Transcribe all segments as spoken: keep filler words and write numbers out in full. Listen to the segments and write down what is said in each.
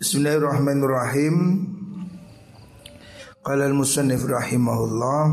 Bismillahirrahmanirrahim. Qala al-musannif rahimahullah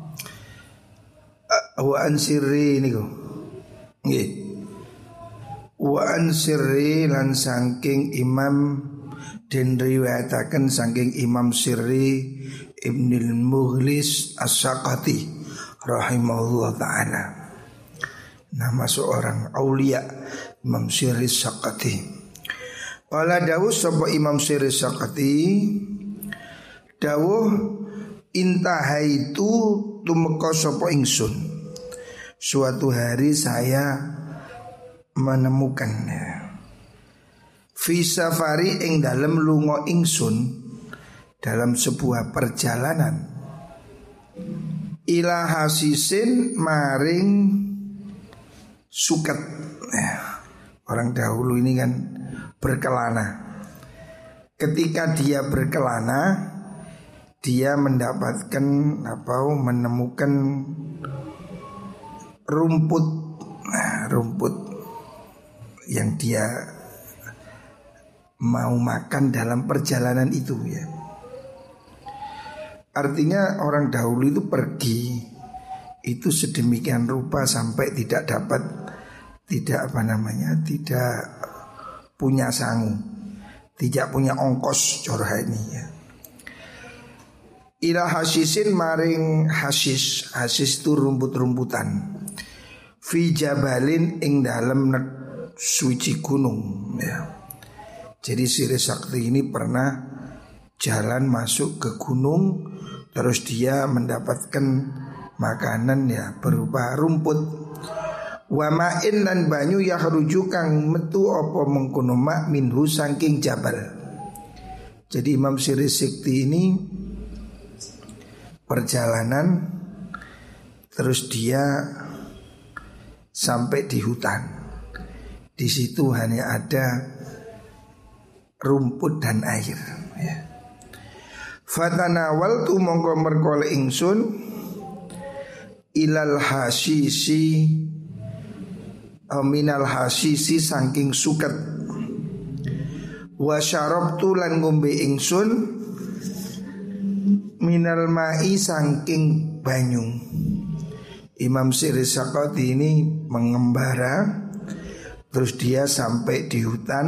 wa an sirri niku. Nggih. Wa an sirri lan saking Imam den riwayataken saking Imam Sirri Ibnul Mughlis As-Saqati rahimahullah taala. Nama seorang aulia Imam Sirri As-Saqati. Qala dawuh sapa Imam Sirri As-Saqati, dawuh intahaitu tumeka sapa ingsun. Suatu hari saya menemukannya. Fi safari ing dalem lunga ingsun dalam sebuah perjalanan ila hasisin maring suket. Nah, orang dahulu ini kan berkelana. Ketika dia berkelana, dia mendapatkan apa? Menemukan rumput, nah, rumput yang dia mau makan dalam perjalanan itu ya. Artinya orang dahulu itu pergi itu sedemikian rupa sampai tidak dapat, tidak apa namanya, tidak punya sangu, tidak punya ongkos corah ini ya. Ila hasisin maring hasis, hasis itu rumput-rumputan. Fi jabalin ing dalem suci gunung ya. Jadi Sirri Sakti ini pernah jalan masuk ke gunung, terus dia mendapatkan makanan ya berupa rumput. Wa ma'in lan banyu yakhruju kang metu apa mengkono mak minhu saking jabal. Jadi Imam Sirri Sakti ini perjalanan, terus dia sampai di hutan. Di situ hanya ada rumput dan air ya. Fatanawal tu mongko merkole ingsun ilal hasisi minal hasisi saking suket. Wa syarabtu lan ngombe ingsun minal ma'i saking banyu. Imam Sirri Sakati ini mengembara, terus dia sampai di hutan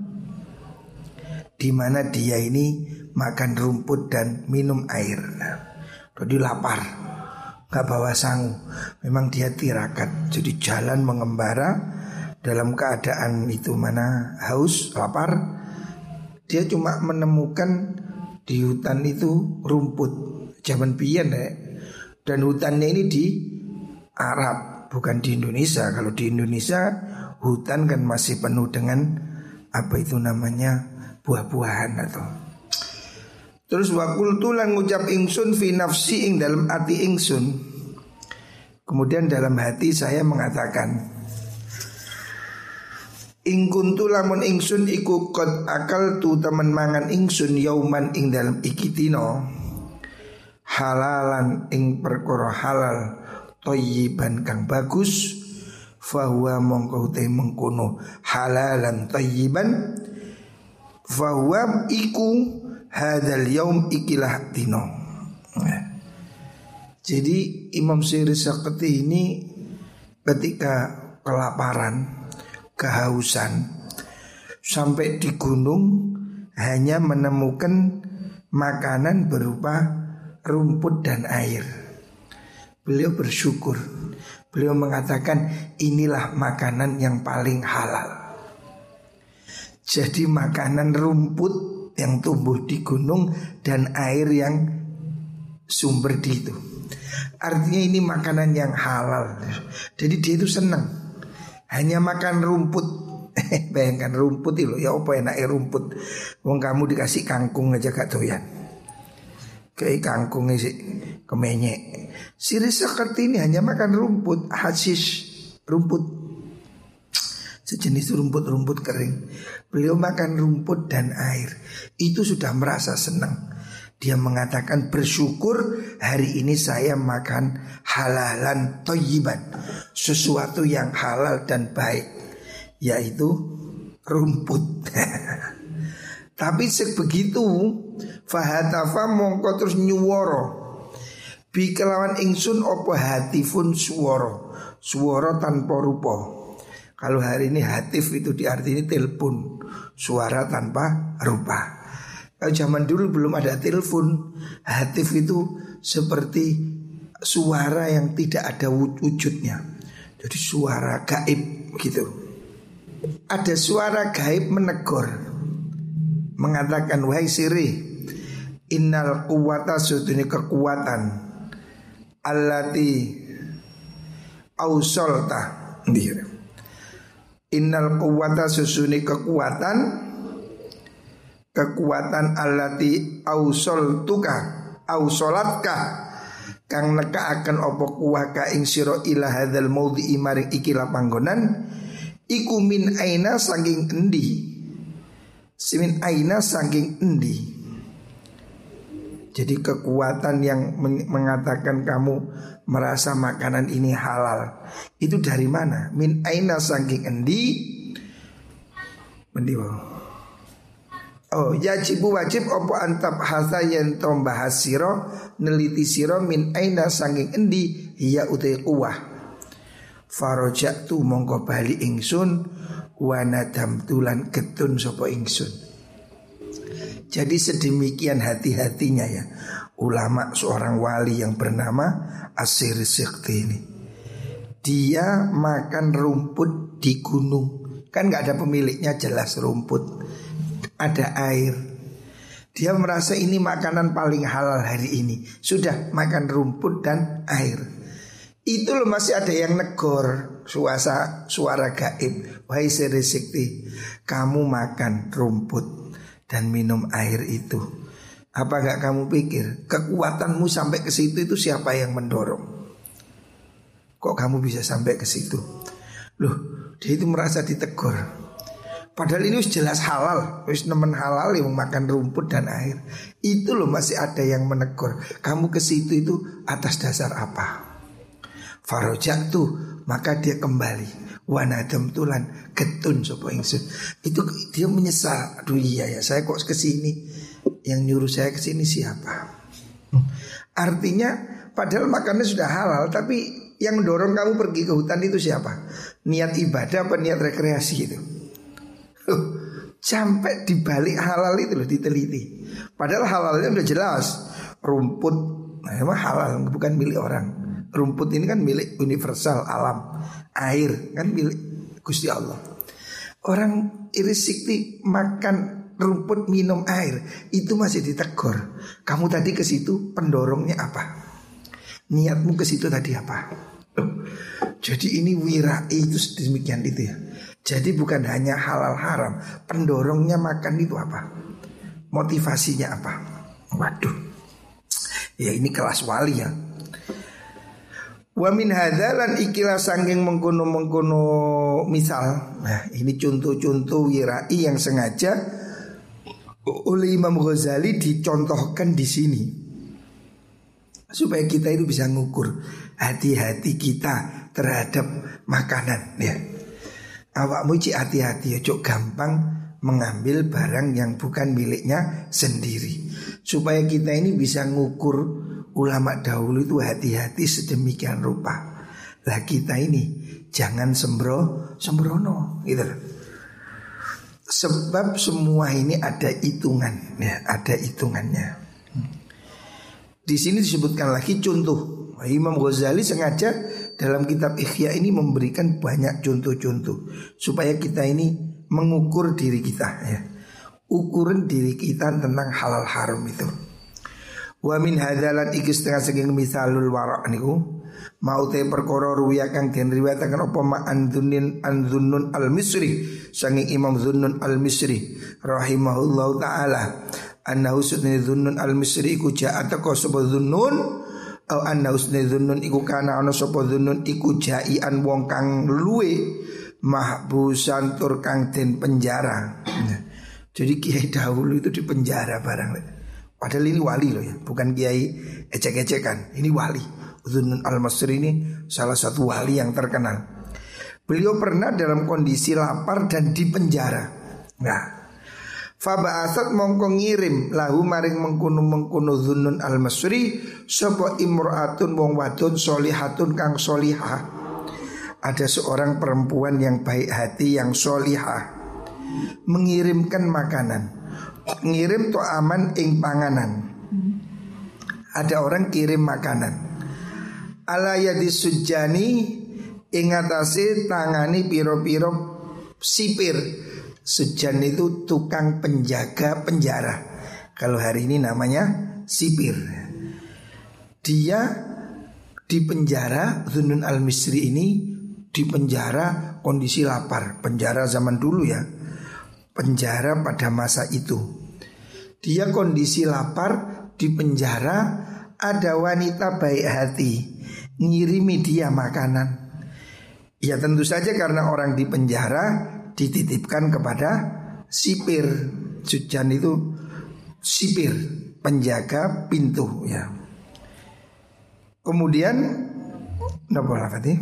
di mana dia ini makan rumput dan minum air. Jadi lapar, gak bawa sangu, memang dia tirakat. Jadi jalan mengembara dalam keadaan itu mana haus, lapar. Dia cuma menemukan di hutan itu rumput zaman biyen ya. Dan hutannya ini di Arab, bukan di Indonesia. Kalau di Indonesia hutan kan masih penuh dengan apa itu namanya buah-buahan atau. Terus wakul tulang ngucap ingsun fi nafsi ing dalam hati ingsun. Kemudian dalam hati saya mengatakan, ing kuntu lamun ingsun iku qad akal tu temen mangan ingsun yauman ing dalam ikitino halalan ing perkara halal thayyiban kang bagus, fahuwa mongko te mengkono halalan thayyiban, fahuwa iku hadzal yaum ikilah dino. Jadi Imam Sirri Sakti ini ketika kelaparan, kehausan, sampai di gunung hanya menemukan makanan berupa rumput dan air. Beliau bersyukur. Beliau mengatakan inilah makanan yang paling halal. Jadi makanan rumput yang tumbuh di gunung dan air yang sumber di itu, artinya ini makanan yang halal. Jadi dia itu senang hanya makan rumput. Bayangkan rumput itu ya apa enaknya rumput. Wong kamu dikasih kangkung aja gak doyan. Kayak kangkungnya sih kemenyek. Sirri Sakti ini hanya makan rumput, hasis, rumput, sejenis rumput-rumput kering. Beliau makan rumput dan air, itu sudah merasa senang. Dia mengatakan bersyukur hari ini saya makan halalan thayyiban, sesuatu yang halal dan baik, yaitu rumput. Tapi sebegitu fahatafa mongko terus nyuwara bi kelawan ingsun apa hatifun suwara, suwara tanpa rupa. Kalau hari ini hatif itu diartikan telepon, suara tanpa rupa. Kalau zaman dulu belum ada telepon, hatif itu seperti suara yang tidak ada wujudnya. Jadi suara gaib gitu. Ada suara gaib menegur, mengatakan wahai siri, innal quwwata sudune kekuatan allati ausolta. Innal quwwata susuni kekuatan kekuatan allati ausoltuka ausolatka kang neka akan opo kuah ka ing sira ila hadzal maudhi maring iki panggonan iku min aina saking endi simin aina saking endi. Jadi kekuatan yang mengatakan kamu merasa makanan ini halal itu dari mana? Min aina saking endi? Mendiwa. Oh, yajibu wajib opo antab hasa yen to bahas sira neliti sira min aina saking endi hiya utai kuwah. Farojak tu mongko bali ingsun wa nadam tulan getun sapa ingsun. Jadi sedemikian hati-hatinya ya ulama seorang wali yang bernama As-Siri Sikti ini. Dia makan rumput di gunung. Kan gak ada pemiliknya, jelas rumput. Ada air. Dia merasa ini makanan paling halal hari ini. Sudah makan rumput dan air. Itu loh masih ada yang negor. Suasa, suara gaib. Wahai Siri Sikti, kamu makan rumput dan minum air itu. Apa gak kamu pikir kekuatanmu sampai ke situ itu siapa yang mendorong? Kok kamu bisa sampai ke situ? Loh, dia itu merasa ditegur. Padahal ini jelas halal, wis nemen halal yang makan rumput dan air. Itu loh masih ada yang menegur. Kamu ke situ itu atas dasar apa? Farojak tuh, maka dia kembali. Wanadam tulan getun sapa ingsun. Itu dia menyesal. Aduh iya ya, saya kok kesini. Yang nyuruh saya kesini siapa? Artinya padahal makannya sudah halal, tapi yang mendorong kamu pergi ke hutan itu siapa? Niat ibadah apa niat rekreasi itu? Loh, sampai dibalik halal itu loh diteliti. Padahal halalnya udah jelas. Rumput nah, emang halal, bukan milik orang. Rumput ini kan milik universal alam. Air kan milik Gusti Allah. Orang Iris Sikti makan rumput minum air itu masih ditegur. Kamu tadi ke situ pendorongnya apa? Niatmu ke situ tadi apa? Loh, jadi ini wirai itu demikian itu ya. Jadi bukan hanya halal haram, pendorongnya makan itu apa? Motivasinya apa? Waduh. Ya ini kelas wali ya. Wa min hadzalan ikilah sangking mengkono-mengkono misal. Nah, ini contoh-contoh wirai yang sengaja oleh Imam Ghazali dicontohkan di sini. Supaya kita itu bisa ngukur hati-hati kita terhadap makanan ya. Awakmu cik hati-hati ya, cok gampang mengambil barang yang bukan miliknya sendiri. Supaya kita ini bisa ngukur ulama dahulu itu hati-hati sedemikian rupa. Lah kita ini jangan sembro sembrono gitu loh. Sebab semua ini ada hitungan ya, ada hitungannya. Di sini disebutkan lagi contoh. Imam Ghazali sengaja dalam kitab Ihya ini memberikan banyak contoh-contoh supaya kita ini mengukur diri kita ya. Ukuran diri kita tentang halal haram itu. Wa min hadzalan iki setengah saking misalul wara' niku mau te perkara ruwiya kang den riwayataken apa ma andunin andunnun al-Misri saking Imam Zunnun al-Misri rahimahullahu taala annahu sunni Zunnun al-Misri iku ja'at ka sapa Zunnun au annahu sunni Zunnun iku kana ana sapa Zunnun iku jaian wong kang luwe mahbusan tur kang den penjara. Jadi kiai dahulu itu di penjara barang. Padahal ini wali loh ya, bukan kiai ecek-ecekan. Ini wali. Zunnun al-Misri ini salah satu wali yang terkenal. Beliau pernah dalam kondisi lapar dan di penjara. Nah, Faba'atsat mongko ngirim lahu maring mengkono-mengkono Dhunnun al-Masri sapa imra'atun wong wadon solihatun kang solihah. Ada seorang perempuan yang baik hati yang solihah mengirimkan makanan, ngirim to aman ing panganan. Ada orang kirim makanan ala yadi sujani ing atase tangani piro-piro sipir. Sujan itu tukang penjaga penjara. Kalau hari ini namanya sipir. Dia di penjara, Dhunnun al-Misri ini di penjara kondisi lapar. Penjara zaman dulu ya, penjara pada masa itu. Dia kondisi lapar di penjara, ada wanita baik hati ngirimi dia makanan. Ya tentu saja karena orang di penjara dititipkan kepada sipir. Sujan itu sipir, penjaga pintu ya. Kemudian napa lafati?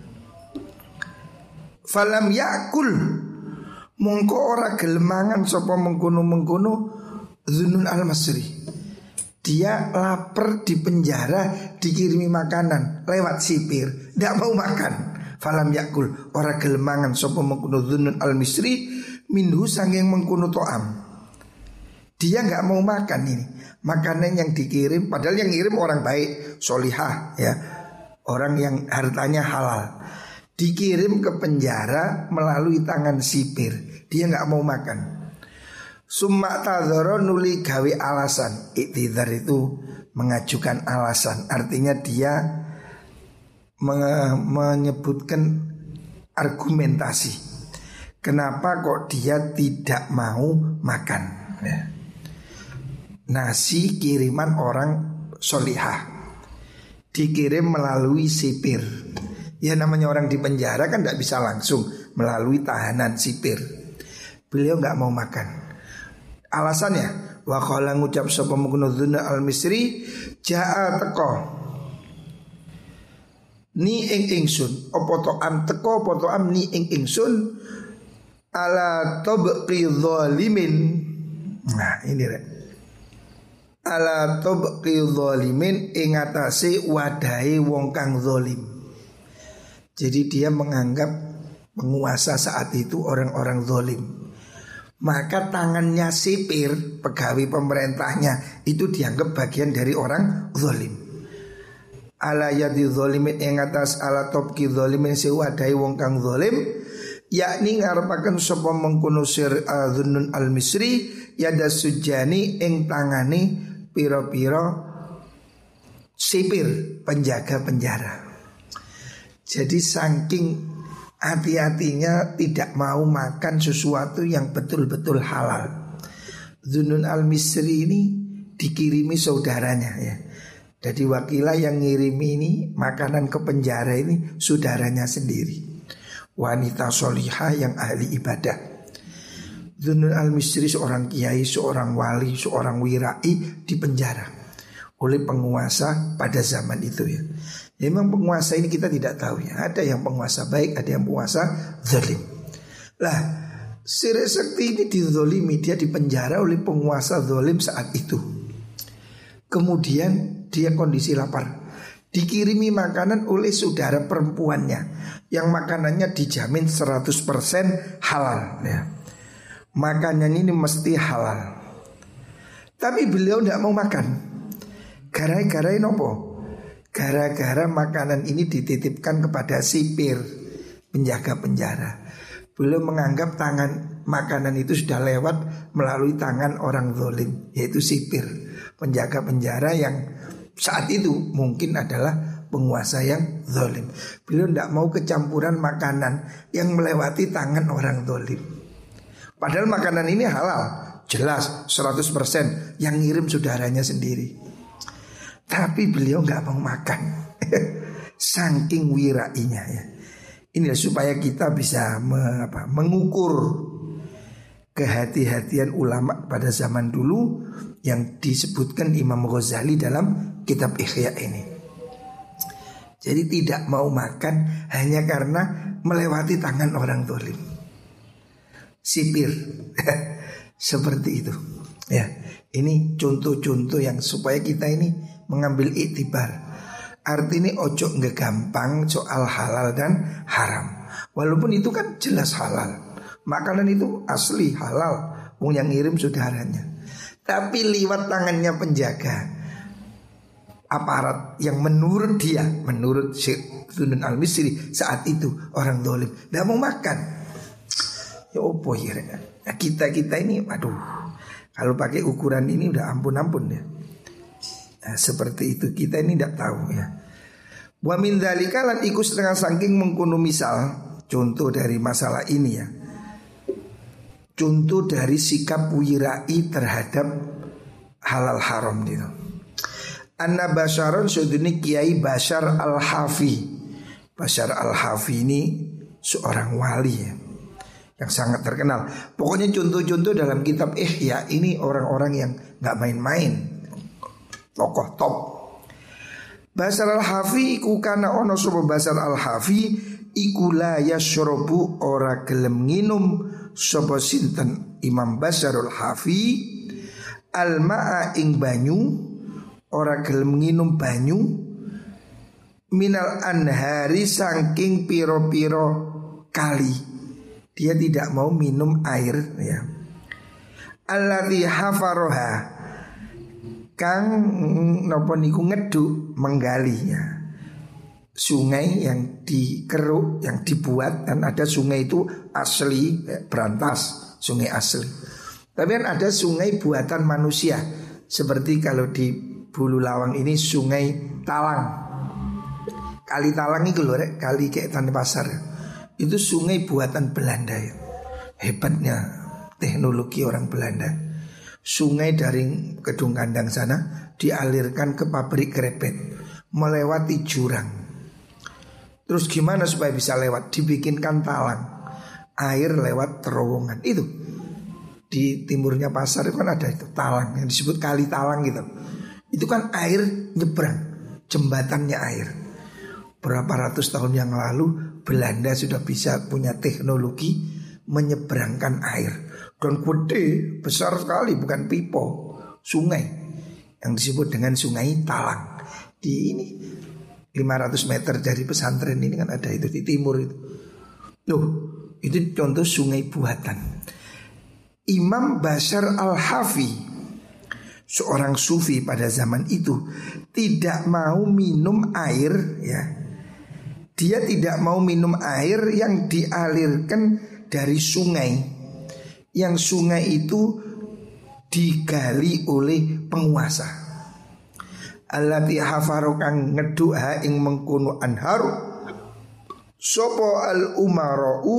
Falam yakul mongko ora gelemangan sapa mengkono-mengkono Dhunnun al-Masri. Dia lapar di penjara, dikirimi makanan lewat sipir, tidak mau makan. Falam yakul ora gelemangan sapa mengkono Dhunnun al-Misri minhu sanging mengkono to'am. Dia nggak mau makan ini makanan yang dikirim, padahal yang ngirim orang baik, solihah ya, orang yang hartanya halal, dikirim ke penjara melalui tangan sipir. Dia nggak mau makan. Summa tadzara nuli gawe alasan. Iktidhar itu mengajukan alasan, artinya dia menyebutkan argumentasi kenapa kok dia tidak mau makan ya. Nasi kiriman orang solihah dikirim melalui sipir. Ya namanya orang di penjara kan tidak bisa langsung melalui tahanan sipir. Beliau nggak mau makan. Alasannya wa qala ngucap sapa mungkunu Dhunnun al-Misri jaa teko ni ing ingsun apa to am teko apa to am ni ing ingsun ala tabqi zalimin. Nah ini rek, ala tabqi zalimin ing atase wadahe wong kang zalim. Jadi dia menganggap penguasa saat itu orang-orang zalim. Maka tangannya sipir, pegawai pemerintahnya itu dianggap bagian dari orang zalim. Ala yadi zalimin ing atas ala topki zalimin sewadai wong kang zalim, yakni ngarepaken sapa mengkono sir Dhunnun al-Misri yada sujani ing tangane pira-pira sipir penjaga penjara. Jadi saking hati-hatinya tidak mau makan sesuatu yang betul-betul halal, Dhunnun al-Misri ini dikirimi saudaranya ya. Jadi wakilah yang ngirimi ini makanan ke penjara ini saudaranya sendiri, wanita solihah yang ahli ibadah. Dhunnun al-Misri seorang kiai, seorang wali, seorang wirai di penjara oleh penguasa pada zaman itu ya. Ya memang penguasa ini kita tidak tahu ya. Ada yang penguasa baik, ada yang penguasa zalim. Lah Sri Sakti ini dizolimi, dia dipenjara oleh penguasa zalim saat itu. Kemudian dia kondisi lapar, dikirimi makanan oleh saudara perempuannya yang makanannya dijamin seratus persen halal ya. Makanan ini mesti halal. Tapi beliau tidak mau makan. Gara-gara nopo? Gara-gara makanan ini dititipkan kepada sipir penjaga penjara. Beliau menganggap tangan makanan itu sudah lewat melalui tangan orang zalim, yaitu sipir penjaga penjara yang saat itu mungkin adalah penguasa yang zalim. Beliau tidak mau kecampuran makanan yang melewati tangan orang zalim. Padahal makanan ini halal, jelas seratus persen yang ngirim saudaranya sendiri. Tapi beliau nggak mau makan. Saking wirainya ya. Ini supaya kita bisa me, apa, mengukur kehati-hatian ulama pada zaman dulu yang disebutkan Imam Ghazali dalam kitab Ihya ini. Jadi tidak mau makan hanya karena melewati tangan orang zalim, sipir. Seperti itu. Ya, ini contoh-contoh yang supaya kita ini mengambil iktibar. Artinya ojo nggak gampang soal halal dan haram. Walaupun itu kan jelas halal. Makanan itu asli halal. Wong yang ngirim saudaranya. Tapi liwat tangannya penjaga, aparat yang menurut dia, menurut Syekh Sunun Al-Misri saat itu orang dolim, tidak mau makan. Ya opo ya, kita-kita ini aduh, kalau pakai ukuran ini udah ampun-ampun ya. Nah, seperti itu kita ini tidak tahu ya. Wa min dzalika lan iku setengah saking mengkono misal, contoh dari masalah ini ya. Contoh dari sikap wirai terhadap halal haram itu. Anna Basyaron suduni Kiai Basyar Al-Hafi. Basyar Al-Hafi ini seorang wali ya, yang sangat terkenal. Pokoknya contoh-contoh dalam kitab Ihya ini orang-orang yang gak main-main, tokoh top. Basyar Al-Hafi iku kana ono sapa Basyar Al-Hafi iku la yasyrabu ora gelem nginum sapa sinten Imam Basyar Al-Hafi al-ma'a ing banyu, ora gelem nginum banyu minal anhari saking piro-piro kali. Dia tidak mau minum air ya. Allati hafaroha kang napa niku ngeduk menggali ya. Sungai yang dikeruk, yang dibuat, dan ada sungai itu asli eh, berantas, sungai asli. Tapi kan ada sungai buatan manusia, seperti kalau di Bulu Lawang ini sungai Talang, kali Talang itu loh, rek, kali kayak Tanah Pasar. Itu sungai buatan Belanda ya. Hebatnya teknologi orang Belanda. Sungai dari Kedung Kandang sana dialirkan ke pabrik kerepet melewati jurang. Terus gimana supaya bisa lewat? Dibikinkan talang, air lewat terowongan. Itu di timurnya pasar itu kan ada itu talang yang disebut kali Talang gitu. Itu kan air nyebrang, jembatannya air. Berapa ratus tahun yang lalu Belanda sudah bisa punya teknologi menyeberangkan air. Dan gede, besar sekali, bukan pipo, sungai yang disebut dengan sungai Talang. Di ini lima ratus meter dari pesantren ini kan ada itu di timur itu. Loh, itu contoh sungai buatan. Imam Basyar Al-Hafi, seorang sufi pada zaman itu, tidak mau minum air ya. Dia tidak mau minum air yang dialirkan dari sungai, yang sungai itu digali oleh penguasa. Allati hafaru kang ngeduk ing mengkono anhar sopo al umarau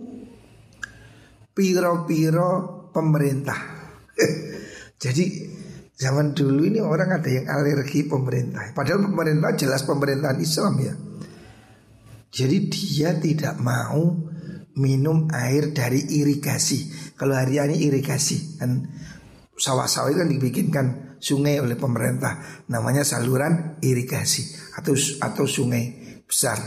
piro-piro pemerintah. Jadi zaman dulu ini orang ada yang alergi pemerintah, padahal pemerintah jelas pemerintahan Islam ya. Jadi dia tidak mau minum air dari irigasi. Kalau hari ini irigasi kan, sawah-sawah itu kan dibikinkan sungai oleh pemerintah, namanya saluran irigasi atau atau sungai besar.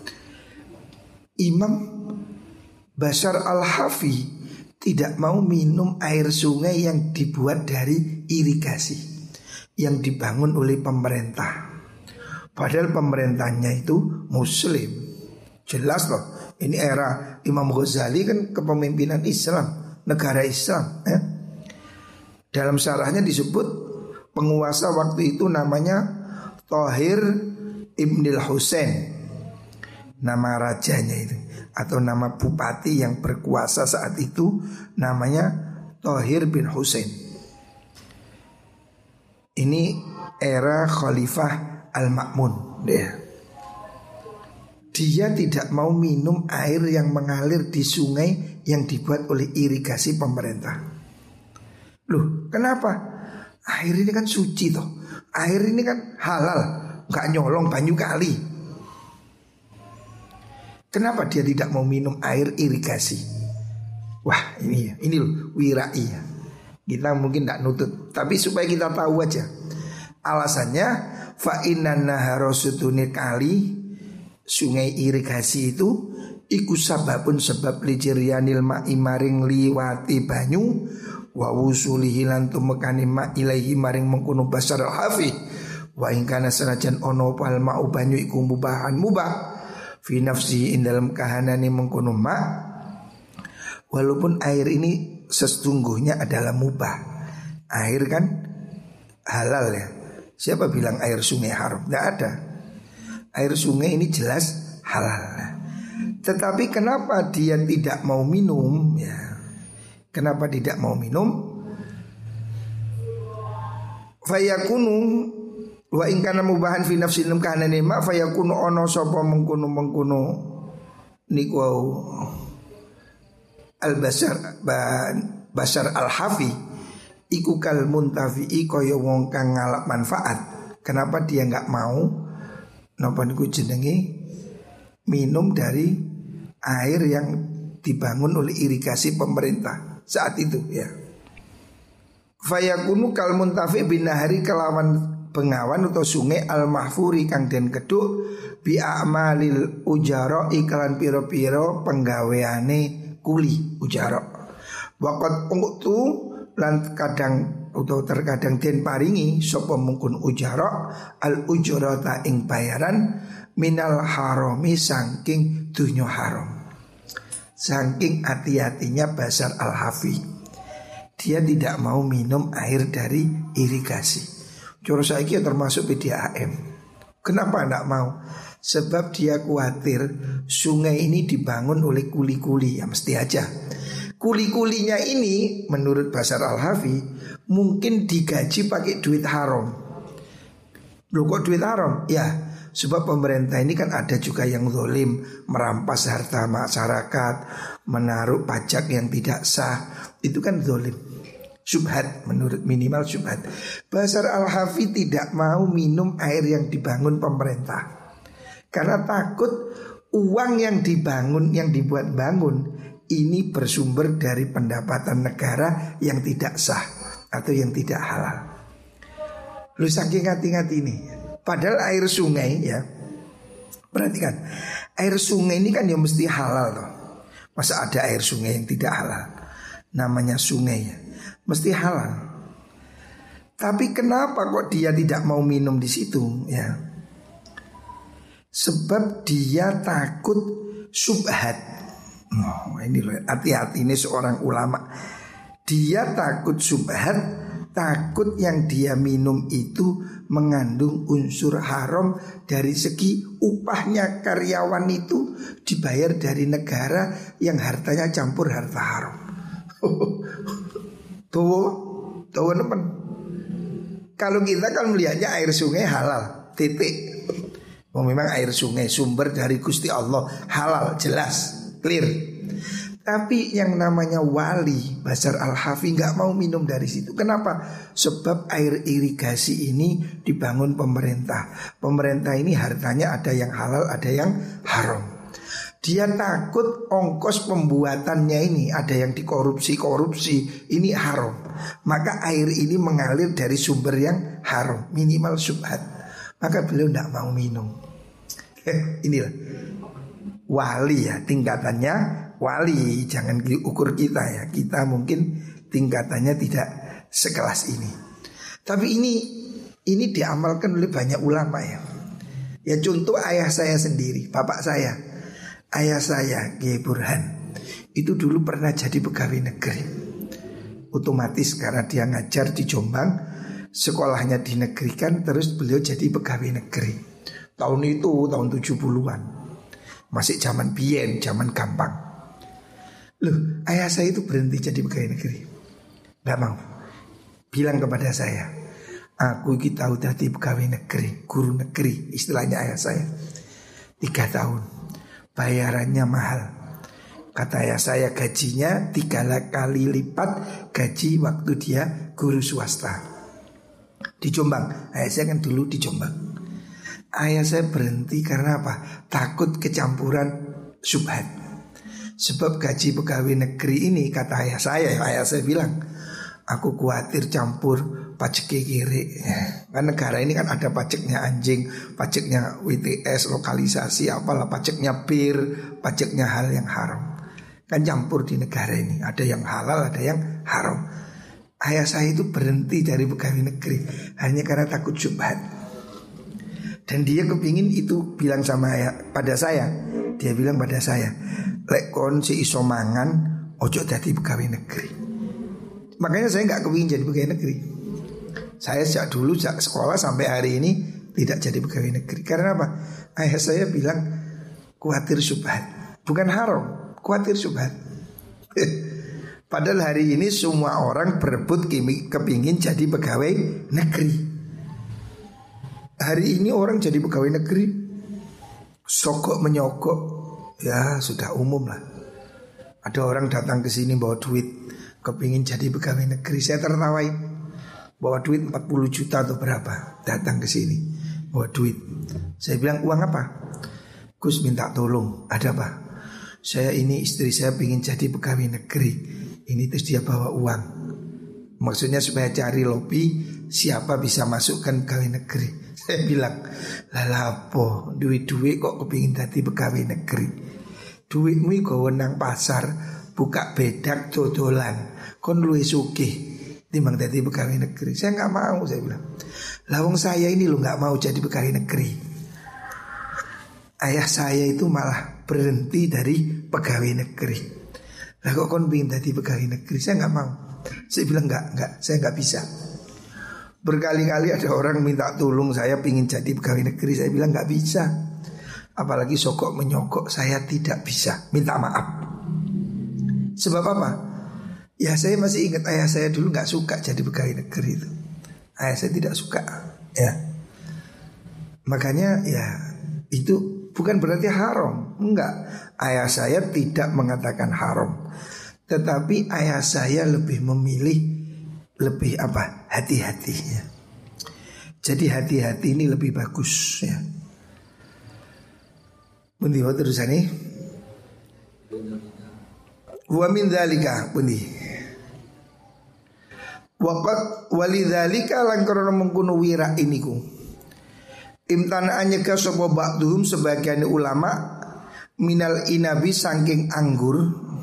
Imam Basyar Al-Hafi tidak mau minum air sungai yang dibuat dari irigasi, yang dibangun oleh pemerintah. Padahal pemerintahnya itu muslim. Jelas loh, ini era Imam Ghazali kan kepemimpinan Islam, negara Islam ya. Dalam syarahnya disebut penguasa waktu itu namanya Thahir Ibnil Husain, nama rajanya itu, atau nama bupati yang berkuasa saat itu namanya Thahir bin Husain. Ini era Khalifah Al-Ma'mun ya. Dia tidak mau minum air yang mengalir di sungai yang dibuat oleh irigasi pemerintah. Loh, kenapa? Air ini kan suci toh. Air ini kan halal, gak nyolong banyu kali. Kenapa dia tidak mau minum air irigasi? Wah, ini ya, ini loh wirai ya. Kita mungkin gak nutut, tapi supaya kita tahu aja. Alasannya fa innan nahara sutune kali, sungai irigasi itu iku sababun sebab lijiryanil ma'i maring liwati banyu wa wusulihi lan tumekani ma ilaihi maring mengkono basar al-hafi wa in kana sanajan ono pal ma'u banyu iku mubahan mubah fi nafsi ing dalam kahanane mengkono ma, walaupun air ini sesungguhnya adalah mubah. Air kan halal ya. Siapa bilang air sungai haram? Tidak ada. Air sungai ini jelas halal. Tetapi kenapa dia tidak mau minum ya? Kenapa tidak mau minum? Fayakunu wa in kana mubahan fi nafsi lam kana ma fayakunu ono sapa mengkono mengkono niku al basar basar al hafi iku kal muntafi'i kaya wong kang ngalap manfaat. Kenapa dia enggak mau napa niku jenenge minum dari air yang dibangun oleh irigasi pemerintah saat itu ya. Fayakunu kal muntafi' binahari kelawan bengawan atau sungai al-mahfuri kang den keduk bi a'malil ujara iklan piro-piro penggaweane kuli ujara. Waqat ungtu lan kadang atau terkadang den paringi sapa mungkun ujara al ujrata ing bayaran minal harami saking dunya haram. Saking hati-hatinya Basar al-Hafi, dia tidak mau minum air dari irigasi. Coro saiki termasuk P D A M. Kenapa tidak mau? Sebab dia khawatir sungai ini dibangun oleh kuli-kuli. Ya mesti aja. Kuli-kulinya ini menurut Basar al-Hafi mungkin digaji pakai duit haram. Loh kok duit haram? Ya sebab pemerintah ini kan ada juga yang zalim, merampas harta masyarakat, menaruh pajak yang tidak sah. Itu kan zalim. Syubhat, menurut minimal syubhat. Basar al-Hafi tidak mau minum air yang dibangun pemerintah karena takut uang yang dibangun, yang dibuat bangun ini bersumber dari pendapatan negara yang tidak sah atau yang tidak halal. Lu saking hati-hati nih. Padahal air sungai ya, perhatikan, air sungai ini kan ya mesti halal loh. Masa ada air sungai yang tidak halal? Namanya sungai ya, mesti halal. Tapi kenapa kok dia tidak mau minum di situ ya? Sebab dia takut subhat. Oh, ini loh, hati-hati ini seorang ulama. Dia takut subhat, takut yang dia minum itu mengandung unsur haram dari segi upahnya karyawan itu dibayar dari negara yang hartanya campur harta haram. Tuh, tuh teman. Kalau kita kan melihatnya air sungai halal, titik. Oh, memang air sungai sumber dari Gusti Allah halal, jelas, clear. Tapi yang namanya wali Basar al-Hafi nggak mau minum dari situ. Kenapa? Sebab air irigasi ini dibangun pemerintah. Pemerintah ini hartanya ada yang halal, ada yang haram. Dia takut ongkos pembuatannya ini ada yang dikorupsi-korupsi, ini haram. Maka air ini mengalir dari sumber yang haram, minimal syubhat. Maka beliau tidak mau minum. Inilah wali ya, tingkatannya wali. Jangan diukur kita ya, kita mungkin tingkatannya tidak sekelas ini. Tapi ini ini diamalkan oleh banyak ulama ya. Ya contoh ayah saya sendiri, bapak saya, ayah saya Kiai Burhan itu dulu pernah jadi pegawai negeri. Otomatis karena dia ngajar di Jombang, sekolahnya dinegerikan, terus beliau jadi pegawai negeri. Tahun itu tahun tujuh puluhan. Masih zaman biyen, zaman gampang. Loh, ayah saya itu berhenti jadi pegawai negeri. Gak mau. Bilang kepada saya, aku kita udah di pegawai negeri, guru negeri, istilahnya ayah saya. Tiga tahun, bayarannya mahal. Kata ayah saya gajinya tiga kali lipat gaji waktu dia guru swasta di Jombang. Ayah saya kan dulu di Jombang. Ayah saya berhenti karena apa? Takut kecampuran syubhat. Sebab gaji pegawai negeri ini, kata ayah saya, ayah saya bilang, aku khawatir campur pajak kiri. Kan negara ini kan ada pajaknya anjing, pajaknya W T S, lokalisasi, apalah pajaknya bir, pajaknya hal yang haram. Kan campur di negara ini, ada yang halal, ada yang haram. ayah saya itu berhenti dari pegawai negeri hanya karena takut syubhat. Dan dia kepingin itu bilang sama ayah, pada saya. Dia bilang pada saya, lek kon si iso mangan ojo jadi pegawai negeri. Makanya saya nggak kepingin jadi pegawai negeri. Saya sejak dulu sejak sekolah sampai hari ini tidak jadi pegawai negeri. Karena apa? Ayah saya bilang khawatir syubhat. Bukan haram, khawatir syubhat. Padahal hari ini semua orang berebut kepingin jadi pegawai negeri. Hari ini orang jadi pegawai negeri sogok menyogok, ya sudah umum lah. Ada orang datang ke sini bawa duit, kepingin jadi pegawai negeri. Saya tertawain, bawa duit empat puluh juta atau berapa, datang ke sini bawa duit. Saya bilang, uang apa? Gus minta tolong, ada apa? Saya ini istri saya ingin jadi pegawai negeri. Ini terus dia bawa uang. Maksudnya supaya cari lobby siapa bisa masukkan pegawai negeri. Saya bilang, lalapo duit-duit kok kepingin jadi pegawai negeri. Duitmu kok wenang pasar, buka bedak dodolan, kon luwe sugih timbang jadi pegawai negeri. Saya nggak mau, saya bilang. Lawang saya ini lo nggak mau jadi pegawai negeri. Ayah saya itu malah berhenti dari pegawai negeri. Lah kok kon pingin jadi pegawai negeri? Saya nggak mau. Saya bilang nggak, nggak, saya nggak bisa. Berkali-kali ada orang minta tolong saya pingin jadi pegawai negeri. Saya bilang nggak bisa. Apalagi sokok menyokok, saya tidak bisa. Minta maaf. Sebab apa? Ya saya masih ingat ayah saya dulu nggak suka jadi pegawai negeri itu. Ayah saya tidak suka. Ya. Makanya ya itu bukan berarti haram, enggak. Ayah saya tidak mengatakan haram, tetapi ayah saya lebih memilih lebih apa? Hati-hati ya. Jadi hati-hati ini lebih bagus ya. Pundi wa terusane? Wa min dzalika pundi? Waqat walidzalika lan karena mengkono wira iniku. Imtanaan nyegah sapa ba'duhum sebagian ulama minal inabi saking anggur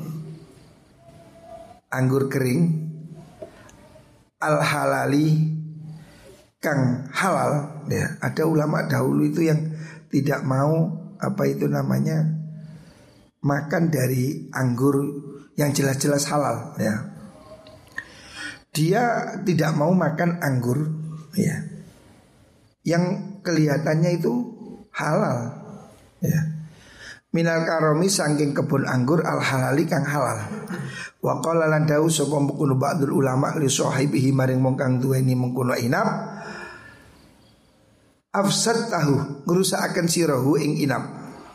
anggur kering al halali kang halal ya. Ada ulama dahulu itu yang tidak mau apa itu namanya makan dari anggur yang jelas-jelas halal ya. Dia tidak mau makan anggur ya yang kelihatannya itu halal ya. Minal karomi saking kebun anggur al halali kang halal. Wa qala lan dawu sapa mengkono ba'dul ulama li sahibihi maring wong kang duweni mengkono inap. Afsad tahu ngrusakaken sirahu ing inap.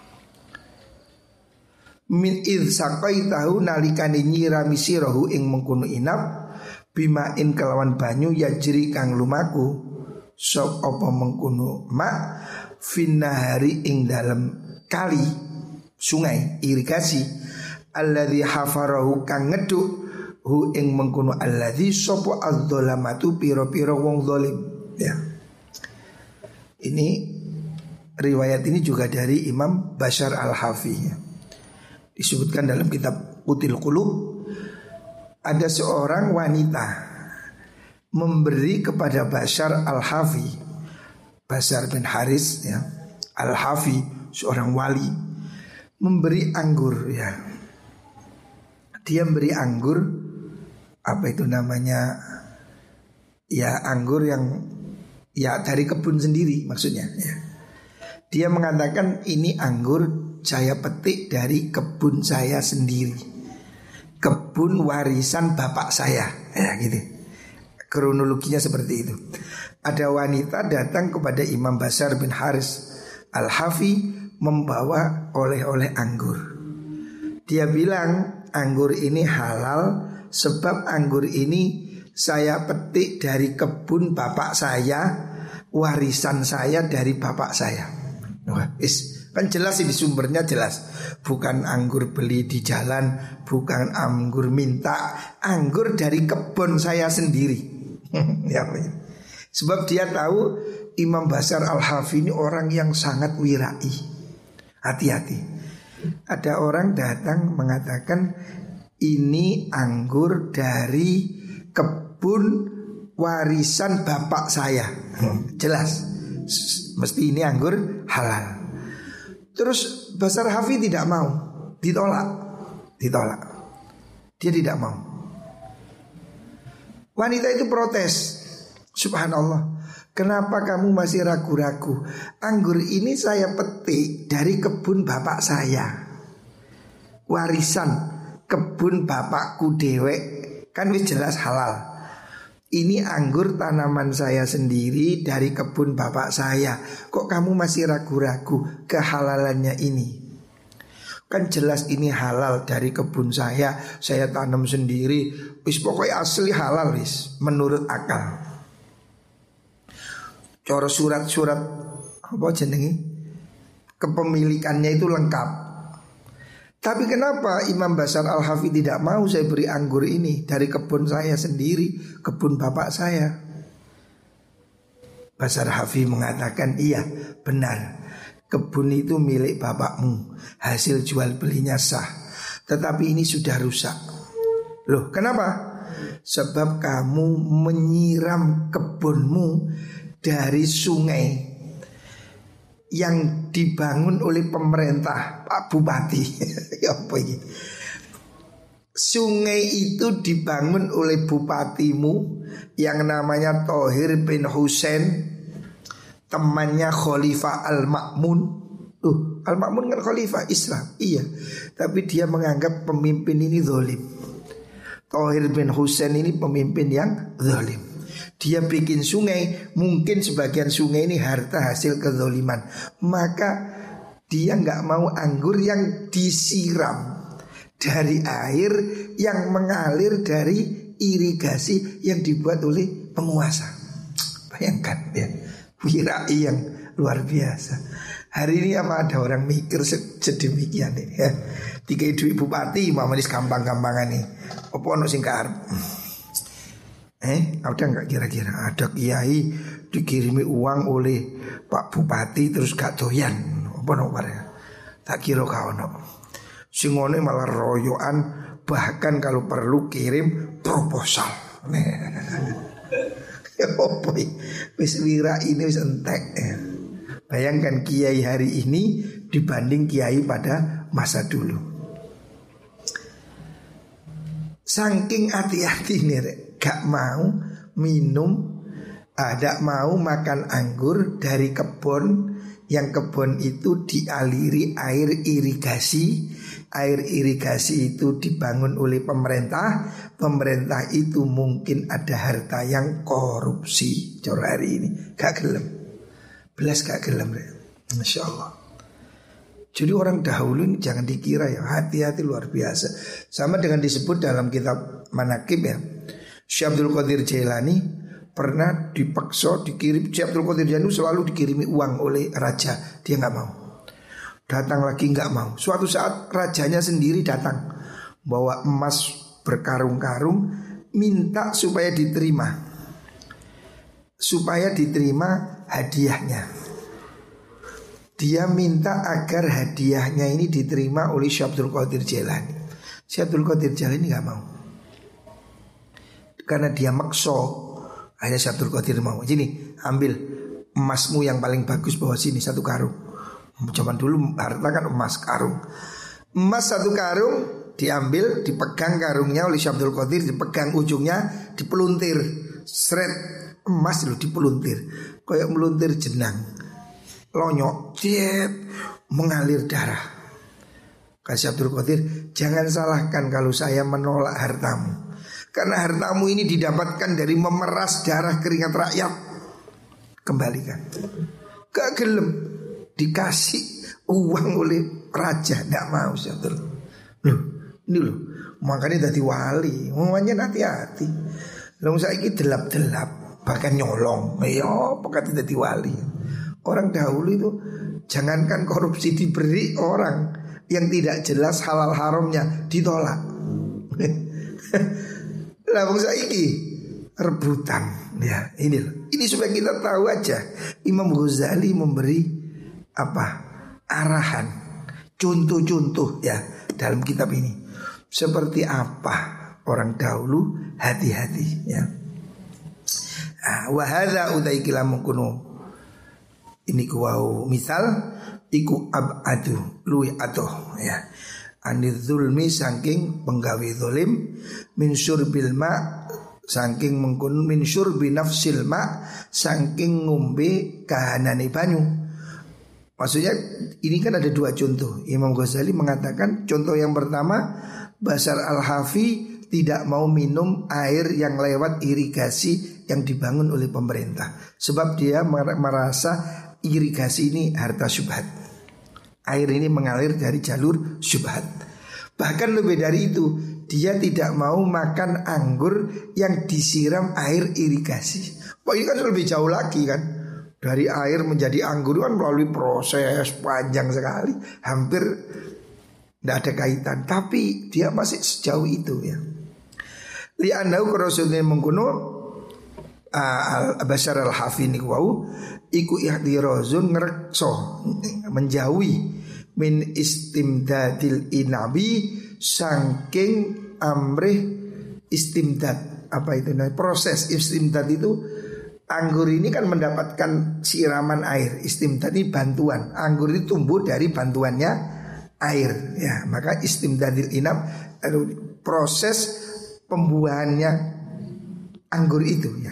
Min id saqai tahu nalikane nyirami sirahu ing mengkono inap bima in kelawan banyu yajri kang lumaku. Sop apa mengkuno mak finnahari ing dalam kali sungai irigasi alladzi hafarahu kang ngeduk hu ing mengkuno alladzi sapa adzalamatu pira-pira wong zalim ya. Ini riwayat ini juga dari Imam Bashar Al-Hafi ya. Disebutkan dalam kitab Qutil Qulub ada seorang wanita memberi kepada Bashar Al-Hafi, Bashar bin Haris ya, Al-Hafi seorang wali, memberi anggur ya. Dia memberi anggur apa itu namanya ya, anggur yang ya dari kebun sendiri maksudnya ya. Dia mengatakan ini anggur saya petik dari kebun saya sendiri, kebun warisan bapak saya ya gitu. Kronologinya seperti itu. Ada wanita datang kepada Imam Bashar bin Haris Al-Hafi membawa oleh-oleh anggur. Dia bilang anggur ini halal sebab anggur ini saya petik dari kebun bapak saya, warisan saya dari bapak saya. Wah, is, kan jelas ini sumbernya jelas. Bukan anggur beli di jalan, bukan anggur minta, anggur dari kebun saya sendiri. Ya, sebab dia tahu Imam Bashar Al-Hafi ini orang yang sangat wirai. Hati-hati. Ada orang datang mengatakan ini anggur dari kebun kebun warisan bapak saya. Jelas mesti ini anggur halal. Terus Basar Hafi tidak mau, ditolak. Ditolak. Dia tidak mau. Wanita itu protes. Subhanallah, kenapa kamu masih ragu-ragu? Anggur ini saya petik dari kebun bapak saya, warisan kebun bapakku dewek. Kan wis jelas halal. Ini anggur tanaman saya sendiri dari kebun bapak saya. Kok kamu masih ragu-ragu kehalalannya ini? Kan jelas ini halal dari kebun saya, saya tanam sendiri. Wis pokoknya asli halal wis, menurut akal. Coro surat-surat apa jenenge kepemilikannya itu lengkap. Tapi kenapa Imam Basar Al-Hafi tidak mau saya beri anggur ini dari kebun saya sendiri, kebun bapak saya? Basar Hafi mengatakan, iya benar, kebun itu milik bapakmu, hasil jual belinya sah, tetapi ini sudah rusak. Loh kenapa? Sebab kamu menyiram kebunmu dari sungai yang dibangun oleh pemerintah, Pak Bupati. Ya apa ini? Sungai itu dibangun oleh bupatimu yang namanya Thohir bin Husain, temannya Khalifah Al-Ma'mun. Tuh, Al-Ma'mun kan Khalifah Islam. Iya, tapi dia menganggap pemimpin ini zalim. Thohir bin Husain ini pemimpin yang zalim. Dia bikin sungai, mungkin sebagian sungai ini harta hasil kezaliman, maka dia nggak mau anggur yang disiram dari air yang mengalir dari irigasi yang dibuat oleh penguasa. Bayangkan ya, wirai yang luar biasa. Hari ini apa ada orang mikir sedemikian ini ya. Tiga duit bupati mamanis gampang-gampangan nih. Apa ono sing karep? Eh, ada nggak kira-kira ada kiai dikirimi uang oleh Pak Bupati terus gak doyan? Apa nomornya? Tak kira kau no. Singone malah royoan, bahkan kalau perlu kirim proposal. Ya apa? Wis wira ini wis entek. Bayangkan kiai hari ini dibanding kiai pada masa dulu. Saking hati-hati nih, Rek. Gak mau minum, ada mau makan anggur dari kebun, yang kebun itu dialiri air irigasi. Air irigasi itu dibangun oleh pemerintah. Pemerintah itu mungkin ada harta yang korupsi. Cor hari ini gak gelem, belas gak gelem, Masya Allah. Jadi orang dahulu ini jangan dikira ya, hati-hati luar biasa. Sama dengan disebut dalam kitab Manaqib ya, Syekh Abdul Qadir Jailani pernah dipaksa dikirim. Syekh Abdul Qadir Jailani selalu dikirimi uang oleh raja, dia nggak mau. Datang lagi nggak mau. Suatu saat rajanya sendiri datang bawa emas berkarung-karung, minta supaya diterima, supaya diterima hadiahnya. Dia minta agar hadiahnya ini diterima oleh Syekh Abdul Qadir Jailani. Syekh Abdul Qadir Jailani nggak mau, karena dia makso. Akhirnya Syekh Abdul Qadir mau. Jadi ambil emasmu yang paling bagus, bawa sini satu karung. Zaman dulu harta kan emas, karung. Emas satu karung diambil, dipegang karungnya oleh Syekh Abdul Qadir, dipegang ujungnya, dipeluntir. Seret emas itu dipeluntir, kayak meluntir jenang. Lonyok, diet, mengalir darah. Kata Abdul Qadir, jangan salahkan kalau saya menolak hartamu, karena hartamu ini didapatkan dari memeras darah keringat rakyat. Kembalikan. Gak gelem, dikasih uang oleh raja, gak mau Abdul. Loh, ini loh, makanya jadi wali. Ngomongnya hati-hati. Lalu saya ini delap-delap, bahkan nyolong. Ya, pokoknya jadi wali. Orang dahulu itu jangankan korupsi diberi, orang yang tidak jelas halal haramnya ditolak. Lah wong saiki rebutan ya. Ini ini supaya kita tahu aja, Imam Ghazali memberi apa? Arahan, contoh-contoh ya dalam kitab ini. Seperti apa orang dahulu, hati-hati ya. Ah, wa hadza utaiki lamun kuno. Ini ku wau misal iku abadu luwi atoh ya. Anil zulmi saking penggawe zalim, min syurbil ma saking mengkun, min syurbi nafsil ma saking ngombe kahanane banyu. Maksudnya ini kan ada dua contoh. Imam Ghazali mengatakan contoh yang pertama, Bashar al-Hafi tidak mau minum air yang lewat irigasi yang dibangun oleh pemerintah, sebab dia merasa irigasi ini harta syubhat. Air ini mengalir dari jalur syubhat. Bahkan lebih dari itu, dia tidak mau makan anggur yang disiram air irigasi. Wah, ini kan lebih jauh lagi kan. Dari air menjadi anggur kan melalui proses panjang sekali, hampir tidak ada kaitan. Tapi dia masih sejauh itu ya. Li'annahu kerasulnya mengkuno Bashar al-Hafi ini wau iku ihdirazun ngerekso menjauhi min istimdadil inabi saking amrih istimdad. Apa itu nah, proses istimdad itu anggur ini kan mendapatkan siraman air. Istimdad ini bantuan. Anggur itu tumbuh dari bantuannya air ya, maka istimdadil inab proses pembuahannya anggur itu ya.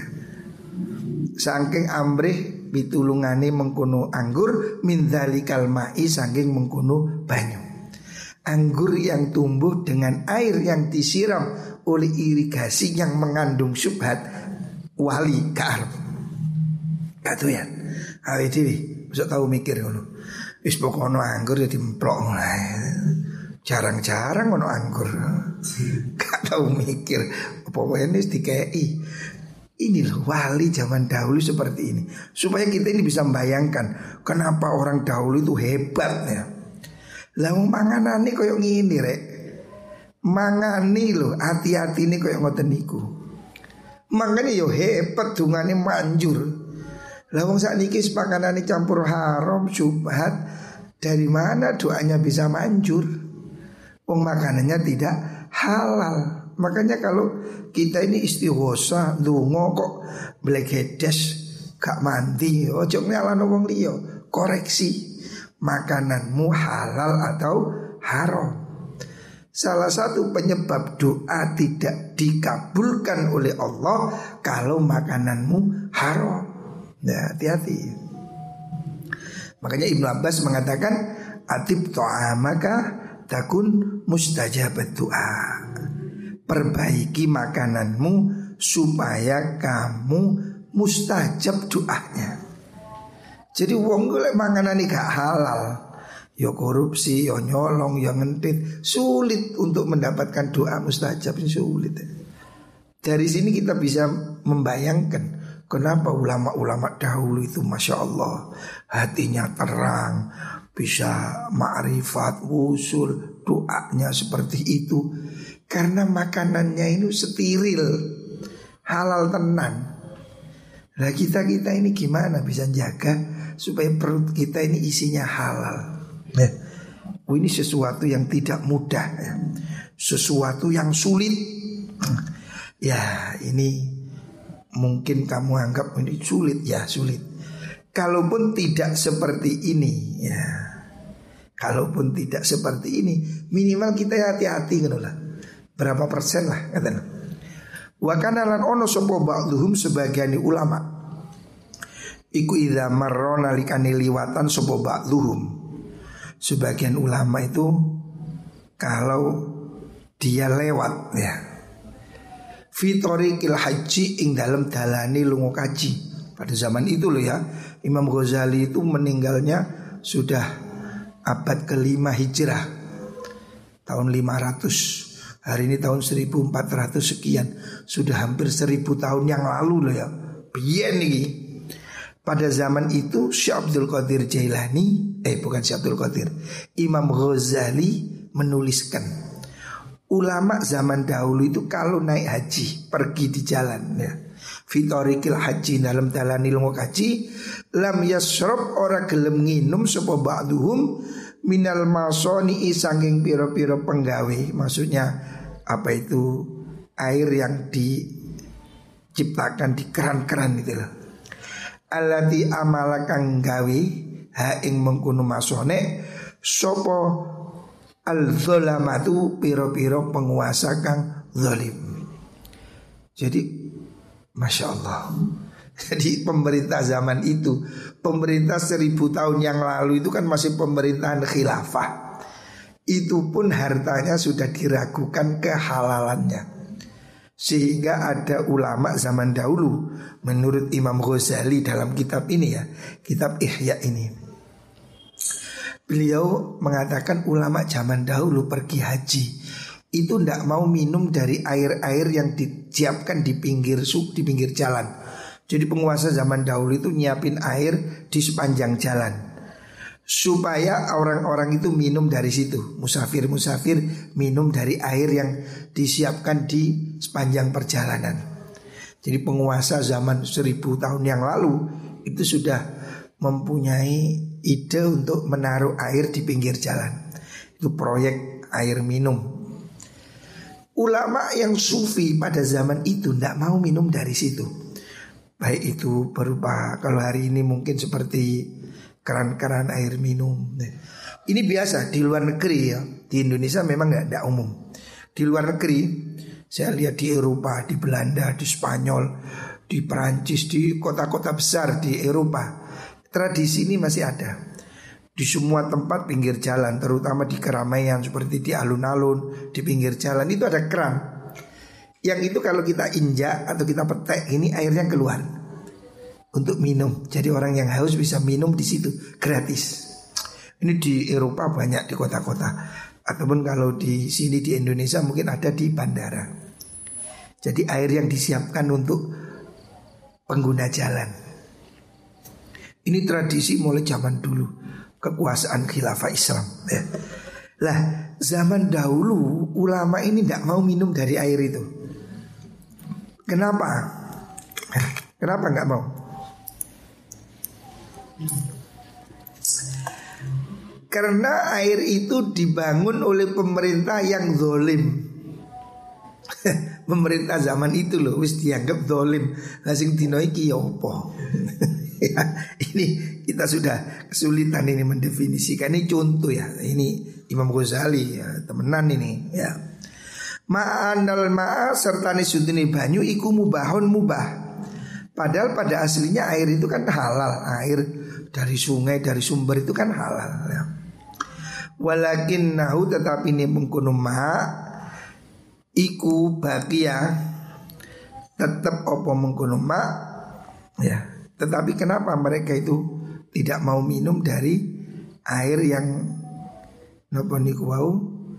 Saking amrih pitulungane mengkono anggur min dzalikal ma'i saking mengkono banyu. Anggur yang tumbuh dengan air yang disiram oleh irigasi yang mengandung syubhat wali ka'arab. Katuyan awake dhewe bisa tahu mikir ngono. Wis pokoke anggur ya dimplok mulai. Jarang-jarang ono anggur. Gak tahu mikir apa ini dikei. Ini loh wali zaman dahulu seperti ini. Supaya kita ini bisa membayangkan kenapa orang dahulu itu hebat ya. Lah manganane koyo ngene rek. Mangani lho, hati-hati nih koyo ngoten niku. Mangane yo hebat dungane manjur. Lah wong sakniki pakanane campur haram syubhat, dari mana doanya bisa manjur? Wong makanannya tidak halal. Makanya kalau kita ini istighosa ndonga kok blegedes gak mandi, ojo nyalano wong liya, koreksi makananmu halal atau haram. Salah satu penyebab doa tidak dikabulkan oleh Allah kalau makananmu haram. Nah, hati-hati. Makanya Ibnu Abbas mengatakan atib ta'amaka takun mustajabat doa. Perbaiki makananmu supaya kamu mustajab doanya. Jadi wong golek manganan gak halal, ya korupsi, ya nyolong, ya ngentit, sulit untuk mendapatkan doa mustajab, ini sulit. Dari sini kita bisa membayangkan kenapa ulama-ulama dahulu itu Masya Allah hatinya terang, bisa ma'rifat, wusul, doanya seperti itu. Karena makanannya itu steril, halal tenan. Nah kita-kita ini gimana bisa jaga supaya perut kita ini isinya halal ya. Ini sesuatu yang tidak mudah ya. Sesuatu yang sulit. Ya ini mungkin kamu anggap ini sulit, ya sulit. Kalaupun tidak seperti ini ya, kalaupun tidak seperti ini, minimal kita hati-hati gitu lah. Berapa persen lah katanya. Wa kana lan ono sapa ba'dhum sebagian ulama iku idza marra nalikane liwatan sapa ba'dhum. Sebagian ulama itu kalau dia lewat ya fi thoriqil haji ing dalam dalane lunga kaji. Pada zaman itu loh ya, Imam Ghazali itu meninggalnya sudah abad kelima hijrah, tahun lima ratus. Hari ini tahun seribu empat ratus sekian. Sudah hampir seribu tahun yang lalu loh ya. Biyen nih. Pada zaman itu Syekh Abdul Qadir Jailani, Eh bukan Syekh Abdul Qadir, Imam Ghazali menuliskan, ulama zaman dahulu itu kalau naik haji, pergi di jalan ya, fitorikil haji dalam dalani lunga haji, lam yasrob ora gelem nginum sapa ba'duhum minal masoni sangking piro-piro penggawe. Maksudnya apa itu, air yang ciptakan di keran-keran itu loh. Allati amala kang gawe ha ing mengkono masone sapa al-zalamatu piro-piro penguasa kang zalim. Jadi Masya Allah. Jadi pemerintah zaman itu, pemerintah seribu tahun yang lalu itu kan masih pemerintahan khilafah. Itu pun hartanya sudah diragukan kehalalannya. Sehingga ada ulama zaman dahulu, menurut Imam Ghazali dalam kitab ini ya, kitab Ihya ini, beliau mengatakan ulama zaman dahulu pergi haji itu tidak mau minum dari air-air yang disiapkan di pinggir suk, di pinggir jalan. Jadi penguasa zaman dahulu itu nyiapin air di sepanjang jalan supaya orang-orang itu minum dari situ. Musafir-musafir minum dari air yang disiapkan di sepanjang perjalanan. Jadi penguasa zaman seribu tahun yang lalu itu sudah mempunyai ide untuk menaruh air di pinggir jalan. Itu proyek air minum. Ulama yang sufi pada zaman itu tidak mau minum dari situ. Baik itu berupa kalau hari ini mungkin seperti keran-keran air minum. Ini biasa di luar negeri ya. Di Indonesia memang nggak ada umum. Di luar negeri saya lihat di Eropa, di Belanda, di Spanyol, di Perancis, di kota-kota besar di Eropa, tradisi ini masih ada. Di semua tempat pinggir jalan, terutama di keramaian seperti di alun-alun, di pinggir jalan itu ada keran. Yang itu kalau kita injak atau kita petek ini airnya keluar untuk minum. Jadi orang yang haus bisa minum di situ gratis. Ini di Eropa banyak di kota-kota. Ataupun kalau di sini di Indonesia mungkin ada di bandara. Jadi air yang disiapkan untuk pengguna jalan. Ini tradisi mulai zaman dulu, kekuasaan khilafah Islam ya. Lah zaman dahulu ulama ini tidak mau minum dari air itu. Kenapa? Kenapa nggak mau? Karena air itu dibangun oleh pemerintah yang zalim. Pemerintah zaman itu loh wis dianggap zalim. Lah sing dino iki ya apa? Ya, ini kita sudah kesulitan ini mendefinisikan. Ini contoh ya. Ini Imam Ghazali ya, temenan ini ya. Ma'anal ma'a serta nisudini banyu iku mubahun mubah. Padahal pada aslinya air itu kan halal. Air dari sungai, dari sumber itu kan halal ya. Walakin nahu tetapi ini mengkono ma' iku bakia tetap opo mengkono ma' ya. Tetapi kenapa mereka itu tidak mau minum dari air yang napa niku wau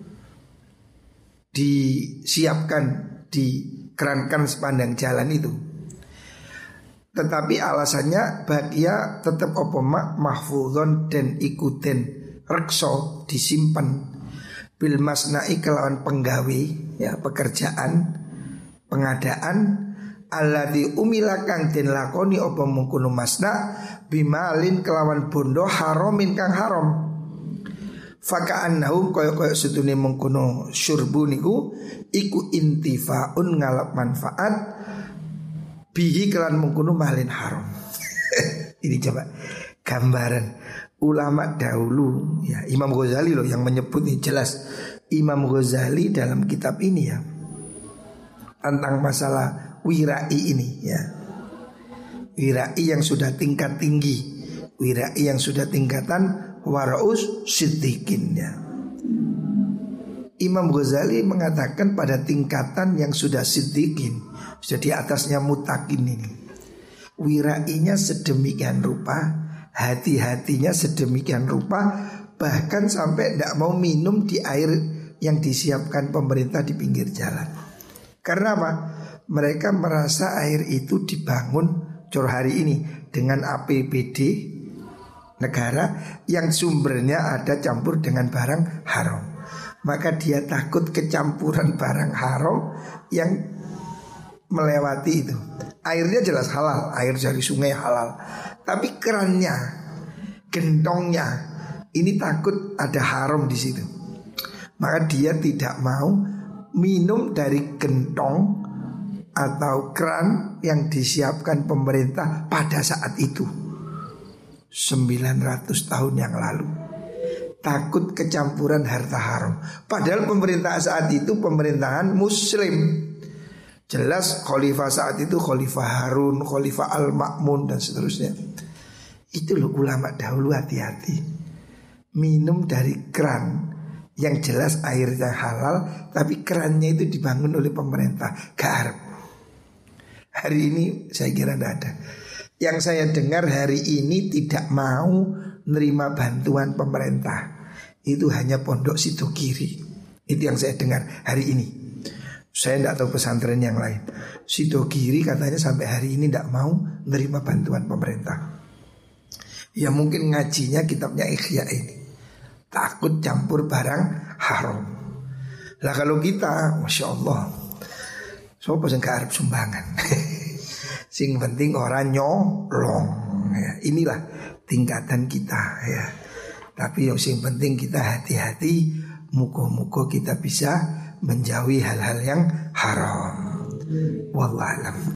disiapkan, dikerankan sepanjang jalan itu. Tetapi alasannya bagia tetap apa mak mahfuzon dan ikutin rekso disimpan bil masna'i kelawan penggawe ya pekerjaan pengadaan alladzi umila kang den lakoni apa mungkono masna bimalin kelawan bondo haramin kang haram. Faka'annahum koyo-koyo sedune mengkono syurbu niku iku intifaun ngalap manfaat bihi kelan mengkono malin haram. Ini coba gambaran ulama dahulu ya. Imam Ghazali loh yang menyebut ini jelas. Imam Ghazali dalam kitab ini ya tentang masalah wirai ini ya. Wirai yang sudah tingkat tinggi, wirai yang sudah tingkatan waraus siddiqin ya. Imam Ghazali mengatakan pada tingkatan yang sudah siddiqin, sudah di atasnya mutakin ini, wirainya sedemikian rupa, hati-hatinya sedemikian rupa, bahkan sampai tidak mau minum di air yang disiapkan pemerintah di pinggir jalan. Karena apa? Mereka merasa air itu dibangun cor hari ini dengan A P B D negara yang sumbernya ada campur dengan barang haram. Maka dia takut kecampuran barang haram yang melewati itu. Airnya jelas halal, air dari sungai halal. Tapi kerannya, gentongnya ini takut ada haram di situ. Maka dia tidak mau minum dari gentong atau keran yang disiapkan pemerintah pada saat itu, sembilan ratus tahun yang lalu. Takut kecampuran harta haram. Padahal pemerintah saat itu pemerintahan muslim. Jelas khalifah saat itu Khalifah Harun, Khalifah Al-Ma'mun dan seterusnya. Itu loh ulama dahulu, hati-hati. Minum dari keran yang jelas airnya halal, tapi kerannya itu dibangun oleh pemerintah. Gak. Hari ini saya kira tidak ada. Yang saya dengar hari ini tidak mau nerima bantuan pemerintah. Itu hanya Pondok Sidogiri. Itu yang saya dengar hari ini. Saya tidak tahu pesantren yang lain. Sidogiri katanya sampai hari ini tidak mau nerima bantuan pemerintah. Ya mungkin ngajinya kitabnya Ikhya ini, takut campur barang haram. Lah kalau kita, Masya Allah, sopo sing gak arep sumbangan. Sing penting orang nyolong ya. Inilah tingkatan kita ya. Tapi yang sing penting kita hati-hati. Muka-muka kita bisa menjauhi hal-hal yang haram. Wallahu a'lam.